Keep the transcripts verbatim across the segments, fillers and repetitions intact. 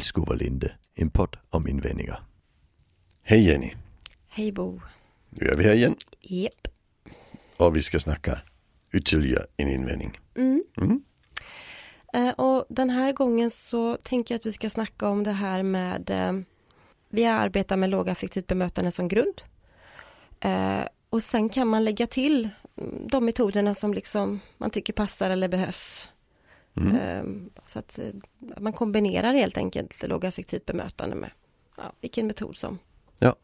Illskov och Linde, en podd om invändningar. Hej Jenny. Hej Bo. Nu är vi här igen. Yep. Och vi ska snacka ytterligare en invändning. Mm. Mm. Eh, och den här gången så tänker jag att vi ska snacka om det här med... Eh, vi arbetar med lågaffektivt bemötande som grund. Eh, och sen kan man lägga till de metoderna som liksom man tycker passar eller behövs. Mm. Eh, så att eh, man kombinerar helt enkelt lågaffektivt bemötande med ja, vilken metod som... Ja.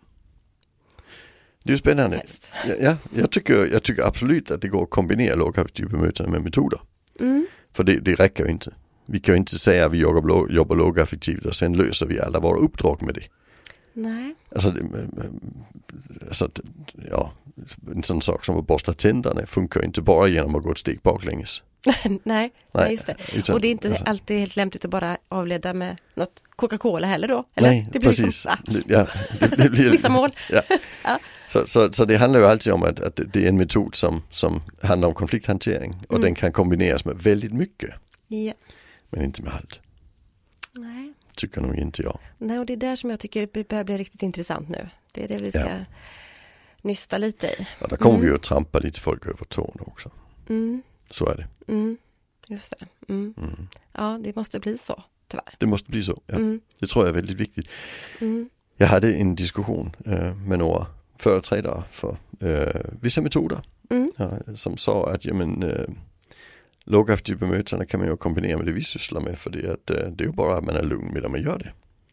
Det är ju spännande. Helst. Ja, ja, jag, tycker, jag tycker absolut att det går att kombinera lågaffektivt bemötande med metoder. Mm. För det, det räcker ju inte. Vi kan ju inte säga att vi jobbar, jobbar lågaffektivt och sen löser vi alla våra uppdrag med det. Nej. Alltså, det, alltså, ja, en sån sak som att borsta tänderna funkar ju inte bara genom att gå ett steg baklänges. nej, nej, Nej, just det. utan, Och det är inte alltså, alltid helt lämpligt att bara avleda med något Coca-Cola heller då? Eller? Nej, det blir precis. Liksom, ja, det, det blir, vissa mål. Ja. Ja. Så, så, så det handlar ju alltid om att, att det är en metod som, som handlar om konflikthantering. Och Mm. den kan kombineras med väldigt mycket. Ja. Men inte med allt. Nej. Tycker nog inte jag. Nej, och det är där som jag tycker det börjar bli riktigt intressant nu. Det är det vi ska Ja. nysta lite i. Och där kommer Mm. vi ju att trampa lite folk över tårna också. Mm. Så är det. Mm. Just det. Mm. Mm. Ja, det måste bli så, tyvärr. Det måste bli så. Ja. Mm. Det tror jag är väldigt viktigt. Mm. Jag hade en diskussion eh, med några företrädare för eh, vissa metoder. Mm. Ja, som sa att jamen, eh, lågaffektivt bemötande kan man ju kombinera med det vi sysslar med. För det, att, eh, det är ju bara att man är lugn medan man gör det.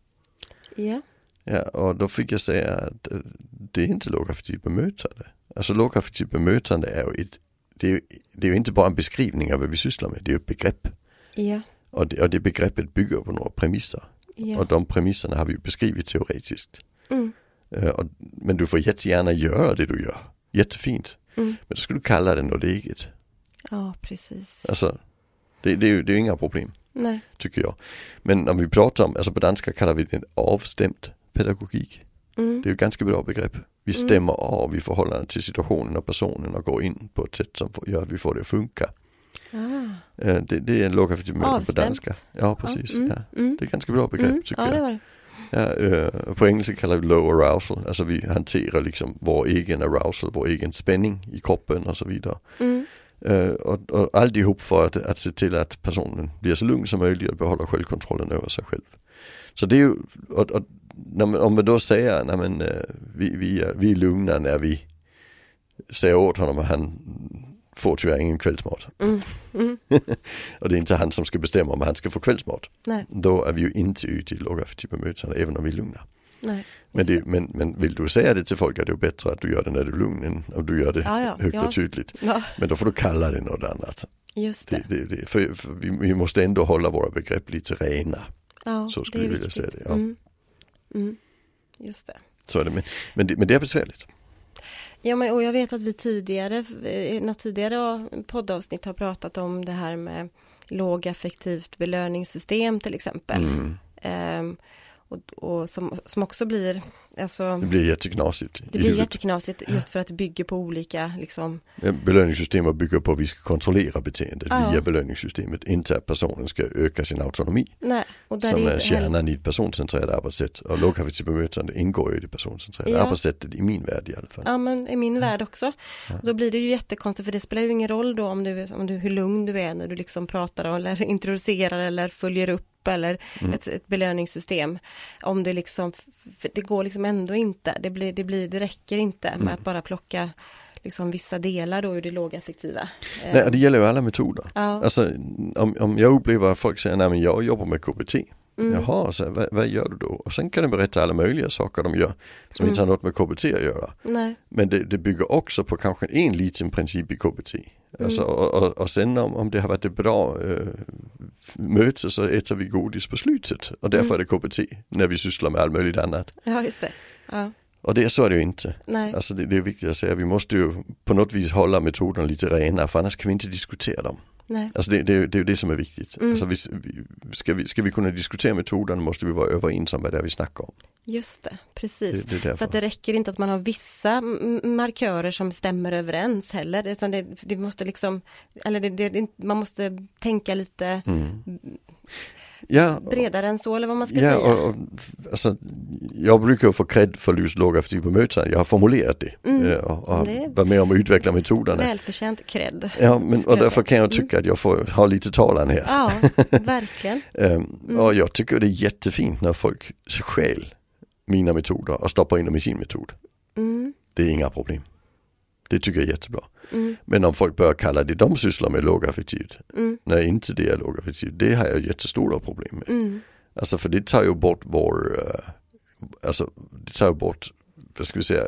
Ja. Ja, och då fick jag säga att eh, det är inte lågaffektivt bemötande. Alltså lågaffektivt bemötande är ju ett, det är ju, det är ju inte bara en beskrivning av vad vi sysslar med. Det är ju ett begrepp. Ja. Och det, och det begreppet bygger på några premisser. Ja. Och de premisserna har vi ju beskrivit teoretiskt. Mm. Uh, och, men du får jättegärna göra det du gör. Jättefint. Mm. Men då ska du kalla det något eget. Ja, precis. Alltså, det, det, är ju, det är ju inga problem, Nej. tycker jag. Men när vi pratar om, alltså på danska kallar vi det en avstämd pedagogik. Mm. Det är ju ett ganska bra begrepp. Vi Mm. stämmer av i förhållande till situationen och personen och går in på ett sätt som gör att vi får det att funka. Ah. Uh, det, det är en lågaffektiv möte på Avstämt. danska. Ja, precis. Ja. Mm. Ja. Mm. Det är ett ganska bra begrepp, Mm. tycker Ja, jag. det var det. Ja, uh, på engelska kallar vi low arousal. Alltså vi hanterar liksom vår egen arousal, vår egen spänning i kroppen och så vidare. Mm. Uh, och, och alltihop för att, att se till att personen blir så lugn som möjligt och behåller självkontrollen över sig själv. Så det är ju, och, och, när man, om man då säger att uh, vi, vi, är, vi är lugna när vi säger åt honom att han får tyvärr ingen kvällsmat. Mm. Mm. Och det är inte han som ska bestämma om han ska få kvällsmat. Nej. Då är vi ju inte ute i lågaffektivt bemötande även om vi är lugna. Nej. Men, det, men, men vill du säga det till folk att det är bättre att du gör det när du är lugn än om du gör det Ja, ja. högt Ja. och tydligt. Ja, Men då får du kalla det något annat. just det. Det, det, det, för för vi, vi måste ändå hålla våra begrepp lite rena. Ja, Så skulle det är jag vilja viktigt. säga det, ja. Mm. Mm. Just det. Så är det. Men, men, det, men det är besvärligt. Ja, men, och jag vet att vi tidigare, i något tidigare poddavsnitt har pratat om det här med lågaffektivt belöningssystem till exempel. Mm. Ehm, och och som, som också blir, alltså, Det blir jätteknasigt det i blir huvudet. jätteknasigt just för att det bygger på olika, liksom, Belöningssystemet bygger på att vi ska kontrollera beteendet Ja. via belöningssystemet. Inte att personen ska öka sin autonomi. nej, och där Som det är inte heller- kärnan i ett personcentrerat arbetssätt. Och lågaffektivt bemötande ingår ju i det personcentrerade Ja. arbetssättet i min värld i alla fall. Ja, men i min värld också. Ja. Då blir det ju jättekonstigt, för det spelar ju ingen roll då om du, om du hur lugn du är när du liksom pratar eller introducerar eller följer upp eller Mm. ett, ett belöningssystem. Om det liksom, för det går liksom ändå inte. Det blir, det blir, det räcker inte med Mm. att bara plocka liksom vissa delar då ur det lågaffektiva. Nej, det gäller ju alla metoder. Ja. Alltså om, om jag upplever att folk säger, nej men jag jobbar med K B T. Mm. Jaha, så vad, vad gör du då? Och sen kan de berätta alla möjliga saker de gör som Mm. inte har något med K B T att göra. Nej. Men det, det bygger också på kanske en liten princip i K B T. Alltså, Mm. och, och, och sen om, om det har varit ett bra äh, möte så äter vi godis på slutet. Och därför Mm. är det K B T när vi sysslar med allt möjligt annat. Ja, just det. Ja. Och det, så är det ju inte. Nej. Alltså det, det är viktigt att säga, vi måste ju på något vis hålla metoderna lite rena, för annars kan vi inte diskutera dem. Nej. Alltså det, det, det är ju det som är viktigt. Mm. Alltså vi, vi, ska, vi, ska vi kunna diskutera metoderna måste vi vara överens om vad det är vi snackar om. Just det, precis. Det, det är därför. Så att det räcker inte att man har vissa m- markörer som stämmer överens heller. Utan det, det måste liksom, eller det, det, man måste tänka lite Mm. ja, bredare än så eller vad man ska ja, säga. Och, och, alltså, jag brukar ju få cred för just lågaffektiv bemötande. Jag har formulerat det Mm. och, och Det- varit med om att utveckla metoderna. Välförtjänt cred. Ja, men, och skulle jag därför säga. kan jag tycka att jag får ha lite talan här. Ja, verkligen. Um, Mm. Och jag tycker det är jättefint när folk stjäl mina metoder och stoppar in dem i sin metod. Mm. Det är inga problem. Det tycker jag är jättebra. Mm. Men om folk börjar kalla det de sysslar med lågaffektivt, Mm. när inte det är lågaffektivt, det har jag jättestora problem med. Mm. Alltså för det tar ju bort vår, uh, alltså det tar ju bort, vad ska vi säga,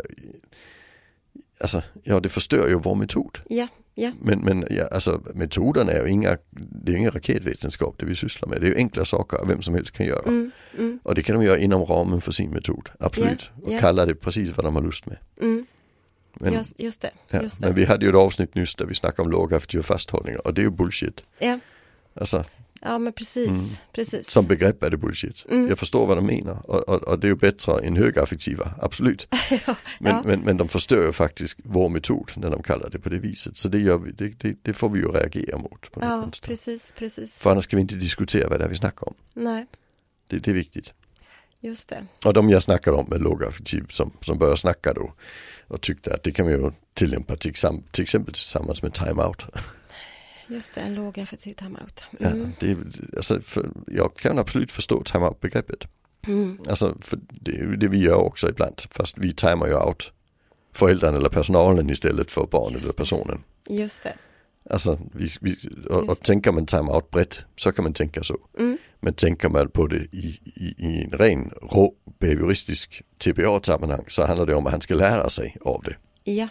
alltså ja det förstör ju vår metod. Ja, ja. Men, men ja, alltså metoderna är ju inga, det är ju ingen raketvetenskap det vi sysslar med. Det är ju enkla saker vem som helst kan göra. Mm. Mm. Och det kan de göra inom ramen för sin metod, absolut. Ja, och ja. kalla det precis vad de har lust med. Mm. Men, Just, just det. ja, Just det. men vi hade ju ett avsnitt nyss där vi snackade om lågaffektiva fasthållningar och det är ju bullshit. Ja. Alltså ja, men precis. Mm. precis. som begrepp är det bullshit. Mm. Jag förstår vad de menar och, och, och det är ju bättre än högaffektiva, absolut. ja. Men, ja. men, men de förstör ju faktiskt vår metod när de kallar det på det viset. Så det, gör vi, det, det, det får vi ju reagera mot. På ja, något precis, precis. För annars ska vi inte diskutera vad det är vi snackar om. Nej, Det, det är viktigt. just det. Och de jag snackade om med lågaffektiv som, som började snacka då och tyckte att det kan vi ju tillämpa till, till exempel tillsammans med timeout. Just det, en låg effektiv timeout. Ja, Mm. det, alltså för, jag kan absolut förstå timeout-begreppet. Mm. Alltså för det är ju det vi gör också ibland. Fast vi timer ju out föräldrarna eller personalen istället för barnet eller personen. Just det. Alltså vi, vi, och, och Just. tänker man timeout brett så kan man tänka så. Mm. Men tänker man på det i, i, i en ren rå behavioristisk T B A-sammanhang så handlar det om att han ska lära sig av det. Ja.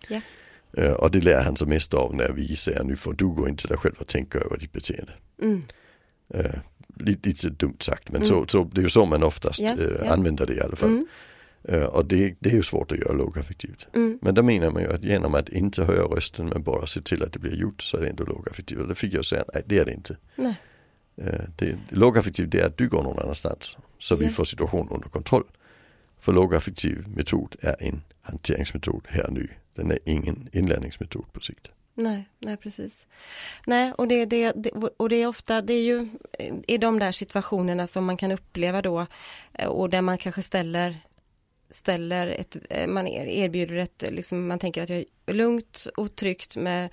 Uh, och det lär han sig mest av när vi säger nu får du gå in till dig själv och tänka över ditt beteende. Mm. Uh, lite, lite dumt sagt men Mm. så, så det är ju så man oftast Ja, uh, ja. använder det i alla fall. Mm. Uh, och det, det är ju svårt att göra lågaffektivt. Mm. Men då menar man ju att genom att inte höja rösten men bara se till att det blir gjort så är det ändå lågaffektivt. Och det fick jag säga, nej det är det inte. Nej. Uh, det, lågaffektivt det är att du går någon annanstans så Ja. vi får situationen under kontroll. För lågaffektiv metod är en hanteringsmetod här nu. Den är ingen inlärningsmetod på sikt. Nej, nej precis. Nej, och det, det, det, och det är ofta, det är ju i de där situationerna som man kan uppleva då och där man kanske ställer ställer ett, man erbjuder ett, liksom, man tänker att jag är lugnt och tryggt med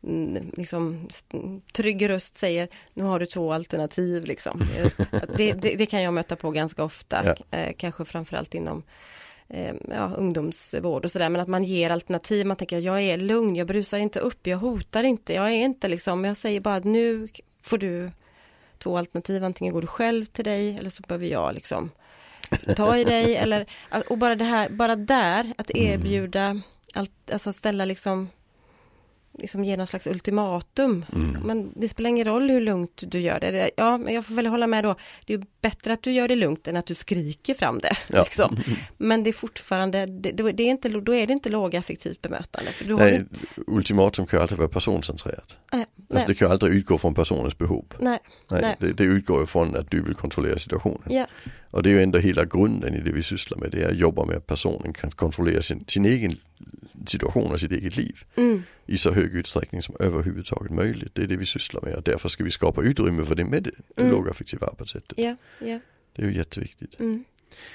liksom trygg röst säger, nu har du två alternativ liksom. det, det, det kan jag möta på ganska ofta, Ja. eh, kanske framförallt inom ja, ungdomsvård och sådär, men att man ger alternativ, man tänker jag är lugn, jag brusar inte upp, jag hotar inte, jag är inte liksom, jag säger bara att nu får du två alternativ, antingen går du själv till dig eller så behöver jag liksom ta i dig eller, och bara det här, bara där att erbjuda allt, alltså ställa liksom liksom ge någon slags ultimatum. Mm. Men det spelar ingen roll hur lugnt du gör det. Ja, men jag får väl hålla med då. Det är ju bättre att du gör det lugnt än att du skriker fram det. Ja. Liksom. Men det är fortfarande, det, det är inte, då är det inte lågaffektivt bemötande. För då Nej, har du, ultimatum kan ju alltid vara personcentrerat. nej, Alltså det kan ju aldrig utgå från personens behov. nej, Nej, nej. Det, det utgår ju från att du vill kontrollera situationen. Ja, Och det är ju ändå hela grunden i det vi sysslar med. Det är att jobba med att personen kan kontrollera sin, sin egen situation och sitt eget liv. mm, I så hög utsträckning som överhuvudtaget möjligt. Det är det vi sysslar med. Och därför ska vi skapa utrymme för det med det, det Mm. lågaffektiva arbetssättet. ja, ja. Det är ju jätteviktigt. Mm,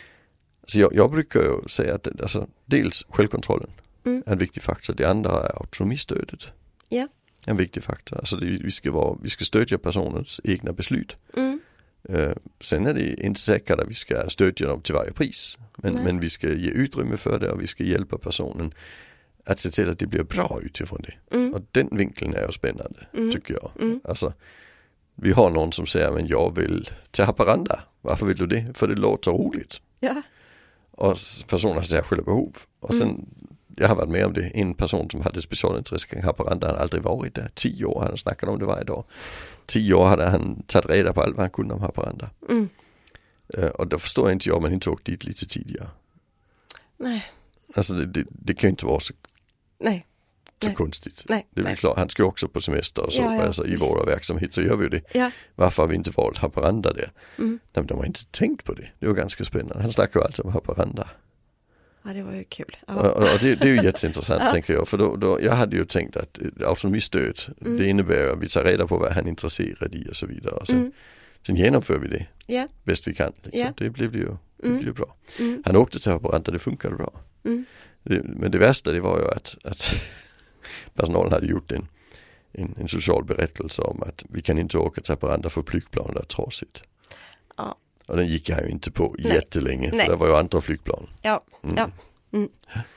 Så jag, jag brukar ju säga att det, alltså, dels självkontrollen Mm. är en viktig faktor. Det andra är autonomistödet. Ja. En viktig faktor. Alltså det, vi, ska vara, vi ska stödja personens egna beslut. mm, Uh, sen är det inte säkert att vi ska stödja dem till varje pris. Men, men vi ska ge utrymme för det och vi ska hjälpa personen att se till att det blir bra utifrån det. mm, Och den vinkeln är ju spännande, Mm. tycker jag. Mm. Alltså, vi har någon som säger, men jag vill till Haparanda. Varför vill du det? För det låter roligt. ja, Och personen har särskilda behov. Och sen, Mm. jag har varit med om det, en person som hade specialintresse kring Haparanda, han aldrig varit där. Tio år hade han snackat om det varje dag. Tio år hade han tagit reda på allt vad han kunde om Haparanda. mm, Uh, och då förstår jag inte jag om man inte åkt dit lite tidigare. nej, Alltså det, det, det kan ju inte vara så, nej, så Nej. konstigt. nej, Det är väl nej. klart, han ska ju också på semester och så, Ja, ja, alltså i visst. våra verksamhet så gör vi ju det. Ja, Varför har vi inte valt Haparanda där? mm. Nej, men de har inte tänkt på det. Det var ganska spännande. Han snackar ju alltid om Haparanda. ja, det var ju kul. Ja. Och, och det, det är ju jätteintressant Ja. tänker jag. För då, då, jag hade ju tänkt att autonomistöd, Mm. det innebär att vi tar reda på vad han är intresserad i och så vidare. Och sen Mm. sen genomför vi det yeah. bäst vi kan. Liksom. Yeah. Det blev ju det mm. blev bra. Mm. Han åkte till Haparanda, det funkade bra. Mm. Det, men det värsta det var ju att, att personalen hade gjort en, en, en social berättelse om att vi kan inte åka till Haparanda för flygplan, det är trasigt. Ja. Och den gick jag ju inte på Nej. jättelänge, Nej. för det var ju andra flygplan. Ja, Mm. ja. Mm.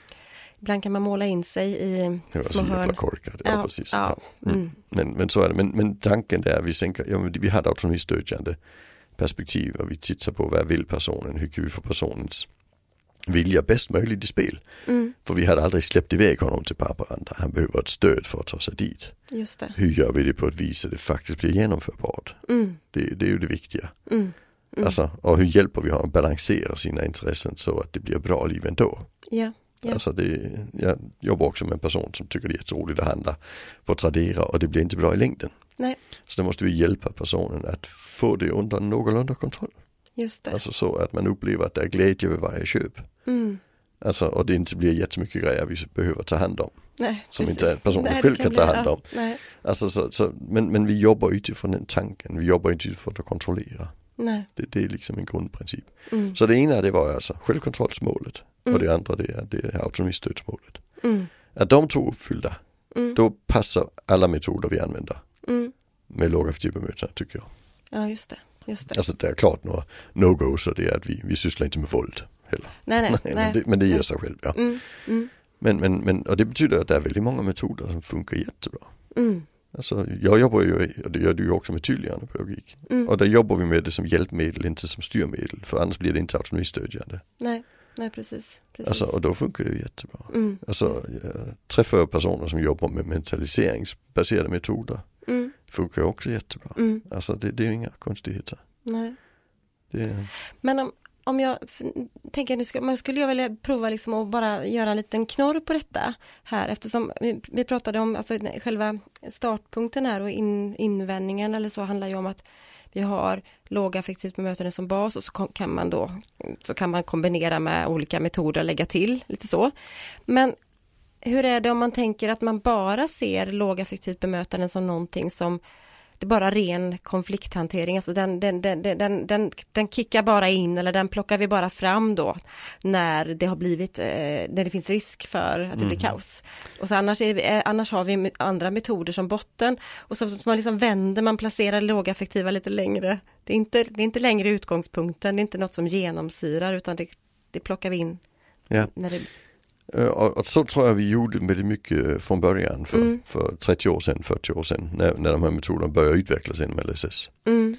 Ibland kan man måla in sig i Det var små så hörn. jävla korkat. Ja, Ja, precis. ja. Ja. Mm. Mm. Men, men så är det. Men, men tanken där, vi sänker, ja, men vi har ett autonomistödjande perspektiv och vi tittar på vad vill personen, hur kan vi få personens vilja bäst möjligt i spel. Mm. För vi hade aldrig släppt iväg honom till Haparanda. Han behöver ett stöd för att ta sig dit. Just det. Hur gör vi det på ett vis att det faktiskt blir genomförbart? Mm. Det, det är ju det viktiga. Mm. Mm. Alltså, och hur hjälper vi honom att balansera sina intressen så att det blir bra liv ändå? Ja. Ja. Alltså det, jag jobbar också med en person som tycker det är jätteroligt att handla på Tradera och det blir inte bra i längden. Nej. Så då måste vi hjälpa personen att få det under någorlunda kontroll. Just det. Alltså så att man upplever att det är glädje vid varje köp. Mm. Alltså, och det inte blir jättemycket grejer vi behöver ta hand om. Nej, Som precis. inte personen Nej, själv det kan bli- ta hand om. Ja, nej. Alltså, så, så, men, men vi jobbar utifrån den tanken. Vi jobbar inte utifrån att kontrollera. Nej. Det, det är liksom en grundprincip. Mm. Så det ena det var alltså självkontrollsmålet. Mm. Och det andra det är, det är autonomistödsmålet. Mm. Att de två är uppfyllda, Mm. då passar alla metoder vi använder Mm. med lågaffektivt bemötande tycker jag. Ja, just det. Just det. Alltså det är klart några no-go så det är att vi, vi sysslar inte med våld heller. nej, nej. Nej, nej. men, det, men det ger Nej. sig själv. Ja. Mm. Mm. Men, men, men, och det betyder att det är väldigt många metoder som funkar jättebra. Mm. Alltså jag jobbar ju, och det gör du ju också med tydliggörande pedagogik. Mm. Och där jobbar vi med det som hjälpmedel, inte som styrmedel. För annars blir det inte autonomistödjande. Nej. Nej, precis. precis. Alltså, och då funkar det ju jättebra. Mm. Alltså jag träffar personer som jobbar med mentaliseringsbaserade metoder. Mm. Det funkar ju också jättebra. Mm. Alltså det, det är ju inga konstigheter. Nej. Det är, Men om, om jag f- tänker nu ska, man skulle jag vilja prova liksom att bara göra en liten knorr på detta här eftersom vi, vi pratade om alltså, själva startpunkten här och in, invändningen eller så handlar ju om att vi har lågaffektivt bemötande som bas och så kan man då så kan man kombinera med olika metoder och lägga till lite så. Men hur är det om man tänker att man bara ser lågaffektivt bemötande som någonting som det är bara ren konflikthantering, alltså den, den, den, den, den, den kickar bara in eller den plockar vi bara fram då när det har blivit, eh, när det finns risk för att det blir kaos. Och så annars, är det, eh, annars har vi andra metoder som botten och så, så man liksom vänder, man placerar lågaffektiva lite längre. Det är inte, det är inte längre utgångspunkten, det är inte något som genomsyrar utan det, det plockar vi in. ja. När det, Och, och så tror jag vi gjorde väldigt mycket från början för, Mm. för trettio år sedan, fyrtio år sedan när, när de här metoderna började utvecklas inom L S S. mm,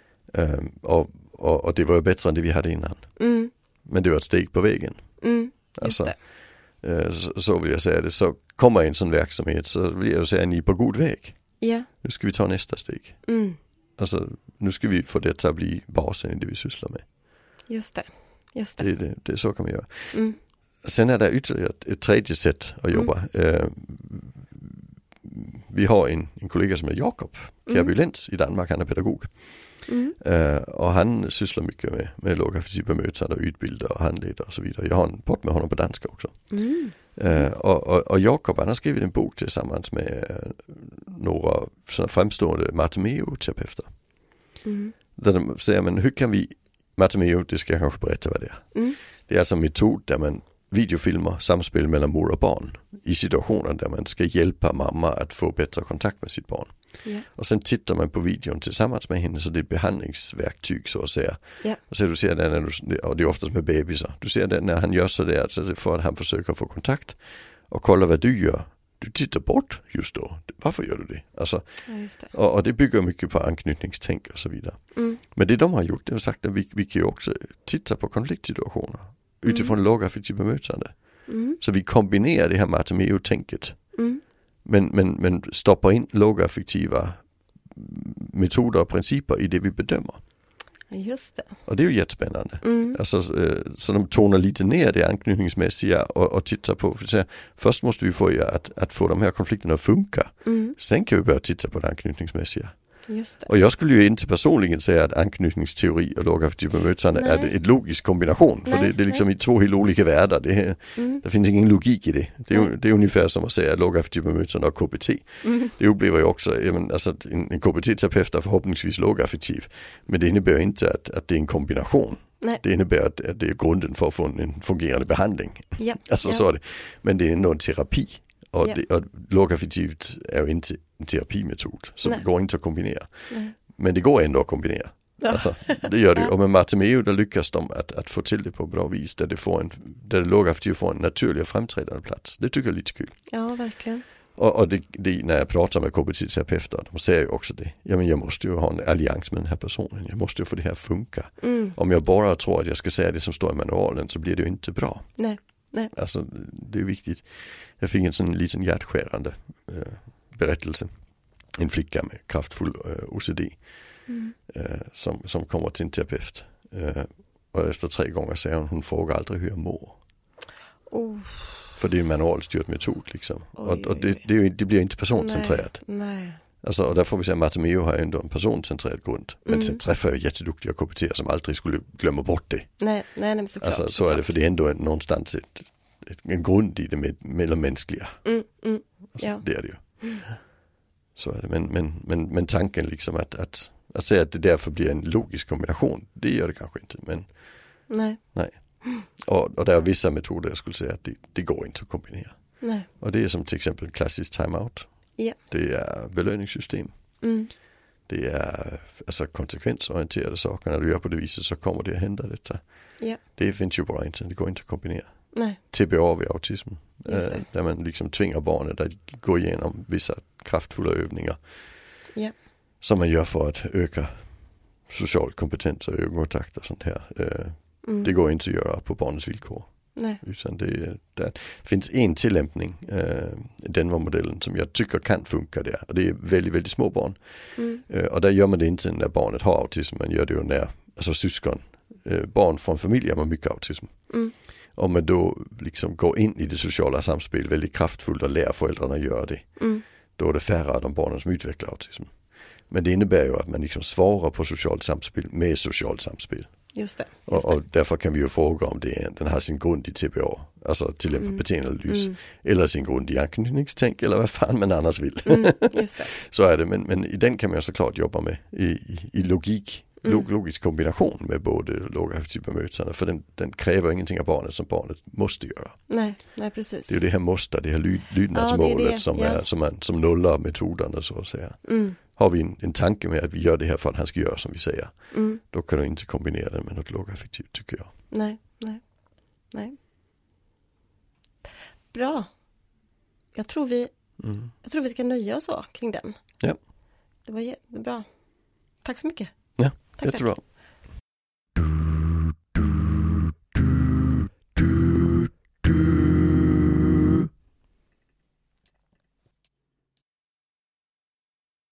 Um, och, och, och det var ju bättre än det vi hade innan. mm, Men det var ett steg på vägen. mm, just Alltså, det. uh, så, så vill jag säga det. Så kommer en sån verksamhet så vill jag säga att ni är på god väg. Ja, Nu ska vi ta nästa steg. mm, Alltså nu ska vi få det att bli basen i det vi sysslar med. just det. Just det. Det, det, det så kan vi göra. Mm, Sen är det ytterligare ett, ett tredje sätt att Mm. jobba. Uh, vi har en, en kollega som är Jakob Kjærby Lenz i Danmark, han är pedagog. mm, Uh, och han sysslar mycket med, med lågaffektivt bemötande och utbildar och handleder och så vidare. Jag har en podd med honom på danska också. mm, Uh, och, och, och Jakob han har skrivit en bok tillsammans med uh, några såna framstående Martimeo-terapeuter. mm, Där de säger, men hur kan vi, Martimeo, det ska jag kanske berätta vad det är. mm, Det är alltså en metod där man videofilmer samspel mellan mor och barn i situationer där man ska hjälpa mamma att få bättre kontakt med sitt barn. ja, Och sen tittar man på videon tillsammans med henne så det är ett behandlingsverktyg så att säga. ja, Och så du ser det när du, och det är oftast med bebisar. Du ser det när han gör så där så det är för att han försöker få kontakt och kolla vad du gör. Du tittar bort just då. Varför gör du det? Alltså, ja, just det. och, och det bygger mycket på anknytningstänk och så vidare. Mm, Men det de har gjort det är sagt att vi, vi kan ju också titta på konfliktsituationer utifrån mm. lågaffektivt bemötande. mm, Så vi kombinerar det här Martimeo-tänket mm, men, men, men stoppar in lågaffektiva metoder och principer i det vi bedömer. just det. Och det är ju jättespännande. Mm, Alltså, så de tonar lite ner det anknytningsmässiga och, och tittar på, för säga, först måste vi få att, att få de här konflikterna att funka. mm, Sen kan vi börja titta på det anknytningsmässiga. Just det. Och jag skulle ju inte personligen säga att anknytningsteori och lågaffektivt bemötande Nej. är ett logisk kombination. För Nej, det, det är liksom nej. i två helt olika världar. Det, är, Mm. det finns ingen logik i det. Det är, Nej. det är ungefär som att säga att lågaffektivt bemötande och K B T. Mm. Det upplever jag också. Jag men, alltså, en, en K B T-terapeut är förhoppningsvis lågaffektiv. Men det innebär inte att, att det är en kombination. Nej. Det innebär att, att det är grunden för att få en, en fungerande behandling. Ja. Alltså ja. så är det. Men det är ändå en terapi. Och, Ja. det, och lågaffektivt är ju inte en terapimetod. Så Nej. det går inte att kombinera. Nej. Men det går ändå att kombinera. Ja. Alltså, det gör det ju. Ja. Och med Bartimeo där lyckas de att, att få till det på bra vis. Där det, får en, där det lågaffektivt får en naturlig och framträdande plats. Det tycker jag är lite kul. Ja, verkligen. Och, och det, det, när jag pratar med K B T-terapeuter, de säger ju också det. Ja, men jag måste ju ha en allians med den här personen. Jag måste ju få det här att funka. Mm. Om jag bara tror att jag ska säga det som står i manualen så blir det ju inte bra. Nej. Nej. Alltså det är viktigt. Jag fick en sån liten hjärtskärande eh, berättelse. En flicka med kraftfull eh, O C D Mm. eh, som, som kommer till en terapeut. Eh, och efter tre gånger säger hon, hon frågar aldrig hur jag mår. Oh. För det är en manualstyrt metod liksom. Oj, och och det, oj, oj. det, är ju, det blir inte personcentrerat. Nej. Nej. Alltså, och där får vi säga att Bartimeo har ju ändå en personcentrerad grund. Men Mm. sen träffar jag jätteduktiga K B T som aldrig skulle glömma bort det. Nej, nej, nej, såklart. Alltså så är det, för det är ändå en, någonstans ett, ett, en grund i det med, mellanmänskliga. Mm, mm. Alltså, Ja. det är det ju. Så är det. Men, men, men, men tanken liksom att, att, att säga att det därför blir en logisk kombination, det gör det kanske inte. Men Nej. nej. Och, och det är vissa metoder jag skulle säga att det, det går inte att kombinera. Nej. Och det är som till exempel klassisk timeout. Ja. Det är belöningssystem. Mm. Det är alltså konsekvensorienterade saker. När du gör på det viset så kommer det att hända detta. Ja. Det finns ju bara inte, det går inte att kombinera. Nej. T B A vid autism. Just det. Eh, där man liksom tvingar barnet att gå igenom vissa kraftfulla övningar. Ja. Som man gör för att öka social kompetens och ögonkontakt och sånt här. Eh, Mm. det går inte att göra på barnets villkor. Nej. Utan det, det finns en tillämpning, eh, den var modellen som jag tycker kan funka där. Och det är väldigt, väldigt små barn. Mm. Eh, och där gör man det inte när barnet har autism, man gör det ju när, alltså syskon, eh, barn från familjer med mycket autism. Mm. Om man då liksom går in i det sociala samspel väldigt kraftfullt och lär föräldrarna göra det. Mm. Då är det färre av de barnen som utvecklar autism. Men det innebär ju att man liksom svarar på socialt samspel med socialt samspel. Just det. Just Och, det. och därför kan vi ju fråga om det är, den har sin grund i T B A, alltså tillämpad Mm. beteendeanalys, Mm. eller sin grund i anknytningstänk eller vad fan man annars vill. Mm. Just det. Så är det, men, men i den kan man såklart jobba med i, i, i logik, Mm. log, logisk kombination med både lågaffektivt bemötande, för den, den kräver ingenting av barnet som barnet måste göra. Nej, nej precis. Det är ju det här måste, det här lyd, lydnadsmålet Ja, det är det. som, Ja. är, som, man, som nullar metoderna så att säga. Mm. Har vi en, en tanke med att vi gör det här för att han ska göra som vi säger, Mm. då kan du inte kombinera den med något lågaffektivt tycker jag. Nej, nej, nej. Bra. Jag tror vi, Mm. jag tror vi ska nöja oss så kring den. Ja. Det var jättebra. Tack så mycket. Ja, tack, jättebra. tack.